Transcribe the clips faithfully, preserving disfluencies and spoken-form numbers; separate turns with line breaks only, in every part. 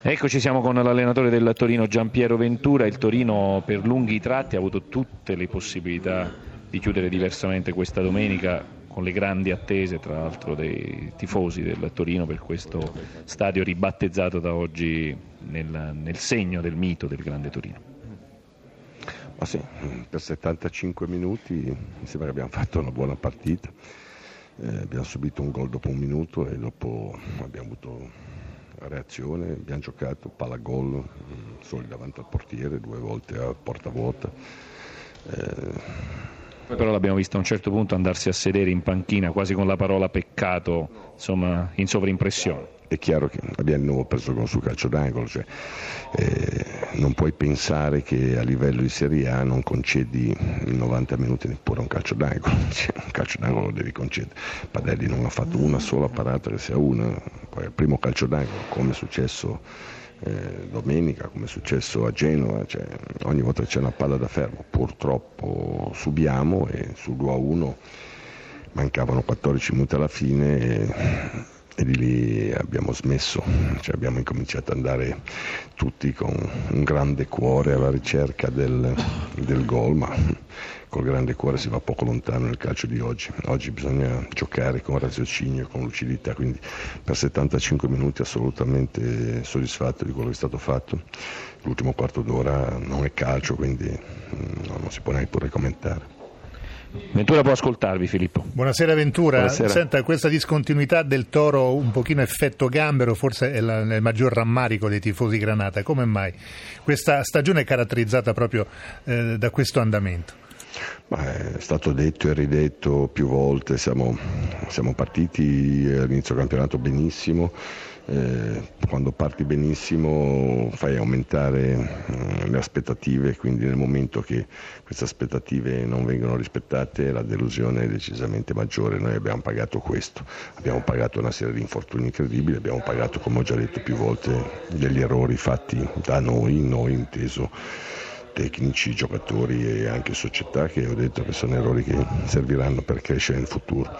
Eccoci, siamo con l'allenatore del Torino Giampiero Ventura. Il Torino per lunghi tratti ha avuto tutte le possibilità di chiudere diversamente questa domenica, con le grandi attese tra l'altro dei tifosi del Torino per questo stadio ribattezzato da oggi nel, nel segno del mito del Grande Torino.
Ma sì, per settantacinque minuti mi sembra che abbiamo fatto una buona partita, eh, abbiamo subito un gol dopo un minuto e dopo abbiamo avuto reazione, abbiamo giocato palla gol soli davanti al portiere, due volte a porta vuota. Eh...
Poi però l'abbiamo visto a un certo punto andarsi a sedere in panchina quasi con la parola peccato, insomma, in sovraimpressione.
È chiaro che abbiamo di nuovo preso gol sul calcio d'angolo, cioè, eh, non puoi pensare che a livello di Serie A non concedi in novanta minuti neppure un calcio d'angolo, cioè, un calcio d'angolo lo devi concedere. Padelli non ha fatto una sola parata che sia una, poi il primo calcio d'angolo, come è successo eh, domenica, come è successo a Genova, cioè, ogni volta che c'è una palla da fermo purtroppo subiamo, e sul due a uno mancavano quattordici minuti alla fine e, e di lì abbiamo smesso, cioè abbiamo incominciato ad andare tutti con un grande cuore alla ricerca del, del gol, ma col grande cuore si va poco lontano nel calcio di oggi. Oggi bisogna giocare con raziocinio, con lucidità, quindi per settantacinque minuti assolutamente soddisfatto di quello che è stato fatto. L'ultimo quarto d'ora non è calcio, quindi no, non si può neppure commentare.
Ventura può ascoltarvi, Filippo.
Buonasera Ventura.
Buonasera.
Senta, questa discontinuità del Toro, un pochino effetto gambero, forse è la, il maggior rammarico dei tifosi granata. Come mai? Questa stagione è caratterizzata proprio eh, da questo andamento.
Ma è stato detto e ridetto più volte, siamo, siamo partiti all'inizio del campionato benissimo. Eh, quando parti benissimo fai aumentare eh, le aspettative, quindi nel momento che queste aspettative non vengono rispettate la delusione è decisamente maggiore. Noi abbiamo pagato questo, abbiamo pagato una serie di infortuni incredibili, abbiamo pagato, come ho già detto più volte, degli errori fatti da noi, noi inteso tecnici, giocatori e anche società, che ho detto che sono errori che serviranno per crescere in futuro.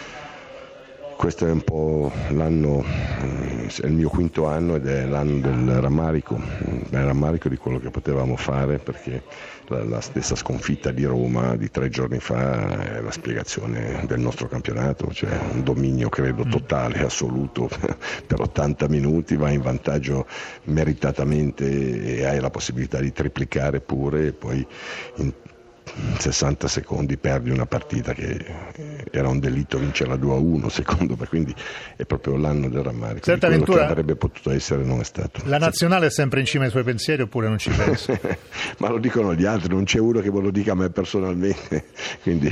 Questo è un po' l'anno, è il mio quinto anno ed è l'anno del rammarico, del rammarico di quello che potevamo fare, perché la, la stessa sconfitta di Roma di tre giorni fa è la spiegazione del nostro campionato, cioè un dominio credo totale, assoluto, per ottanta minuti vai in vantaggio meritatamente e hai la possibilità di triplicare pure, e poi in sessanta secondi perdi una partita che era un delitto vincerla due a uno secondo me, quindi è proprio l'anno del rammarico.
Certa
di quello
Ventura,
che avrebbe potuto essere non è stato.
La nazionale è sempre in cima ai suoi pensieri oppure non ci pensa?
Ma lo dicono gli altri, non c'è uno che me lo dica a me personalmente, quindi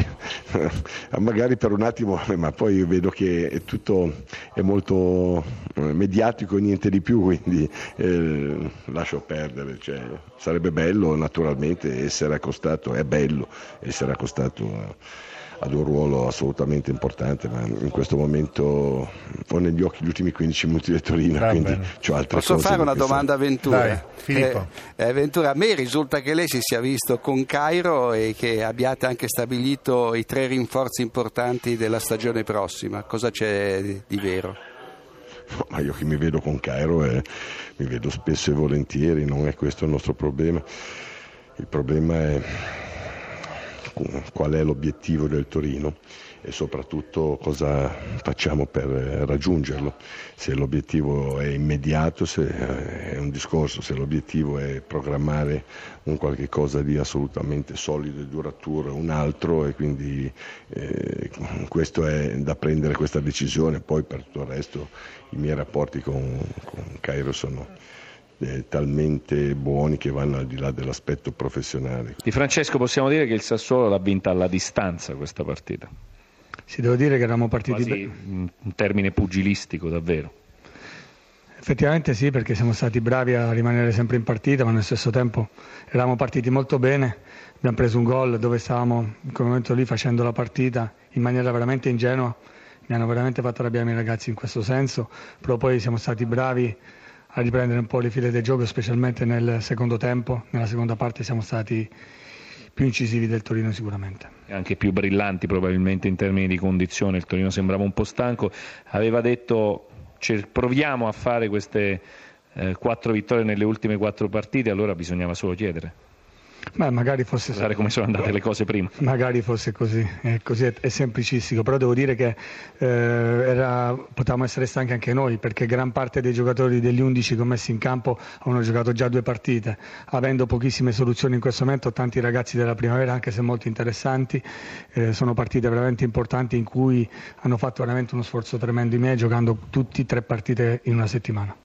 magari per un attimo, ma poi vedo che è tutto è molto mediatico e niente di più, quindi eh, lascio perdere, cioè, sarebbe bello naturalmente essere accostato, è bello essere accostato ad un ruolo assolutamente importante, ma in questo momento ho negli occhi gli ultimi quindici minuti del Torino,
Va
quindi
bene.
c'ho altre
Posso
cose.
fare una domanda a Ventura?
Dai, Filippo.
Eh, eh, Ventura, a me risulta che lei si sia visto con Cairo e che abbiate anche stabilito i tre rinforzi importanti della stagione prossima. Cosa c'è di, di vero?
No, ma io che mi vedo con Cairo eh, mi vedo spesso e volentieri, non è questo il nostro problema. Il problema è qual è l'obiettivo del Torino e soprattutto cosa facciamo per raggiungerlo. Se l'obiettivo è immediato, se è un discorso, se l'obiettivo è programmare un qualche cosa di assolutamente solido e duraturo, un altro, e quindi eh, questo è da prendere questa decisione. Poi per tutto il resto i miei rapporti con, con Cairo sono Eh, talmente buoni che vanno al di là dell'aspetto professionale.
Di Francesco, possiamo dire che il Sassuolo l'ha vinta alla distanza questa partita?
Sì, devo dire che eravamo partiti
Quasi un termine pugilistico davvero.
Effettivamente sì, perché siamo stati bravi a rimanere sempre in partita, ma allo stesso tempo eravamo partiti molto bene, abbiamo preso un gol dove stavamo in quel momento lì facendo la partita in maniera veramente ingenua, mi hanno veramente fatto arrabbiare i miei ragazzi in questo senso, però poi siamo stati bravi a riprendere un po' le file del gioco, specialmente nel secondo tempo. Nella seconda parte siamo stati più incisivi del Torino sicuramente.
E anche più brillanti probabilmente in termini di condizione. Il Torino sembrava un po' stanco, aveva detto proviamo a fare queste eh, quattro vittorie nelle ultime quattro partite, allora bisognava solo chiedere.
Beh, magari fosse
Guardare come sono andate le cose prima.
Magari fosse così, è, così, è, è semplicistico, però devo dire che eh, era, potevamo essere stanchi anche noi, perché gran parte dei giocatori degli undici che ho messo in campo hanno giocato già due partite, avendo pochissime soluzioni in questo momento. Tanti ragazzi della primavera, anche se molto interessanti, eh, sono partite veramente importanti in cui hanno fatto veramente uno sforzo tremendo i miei, giocando tutti tre partite in una settimana.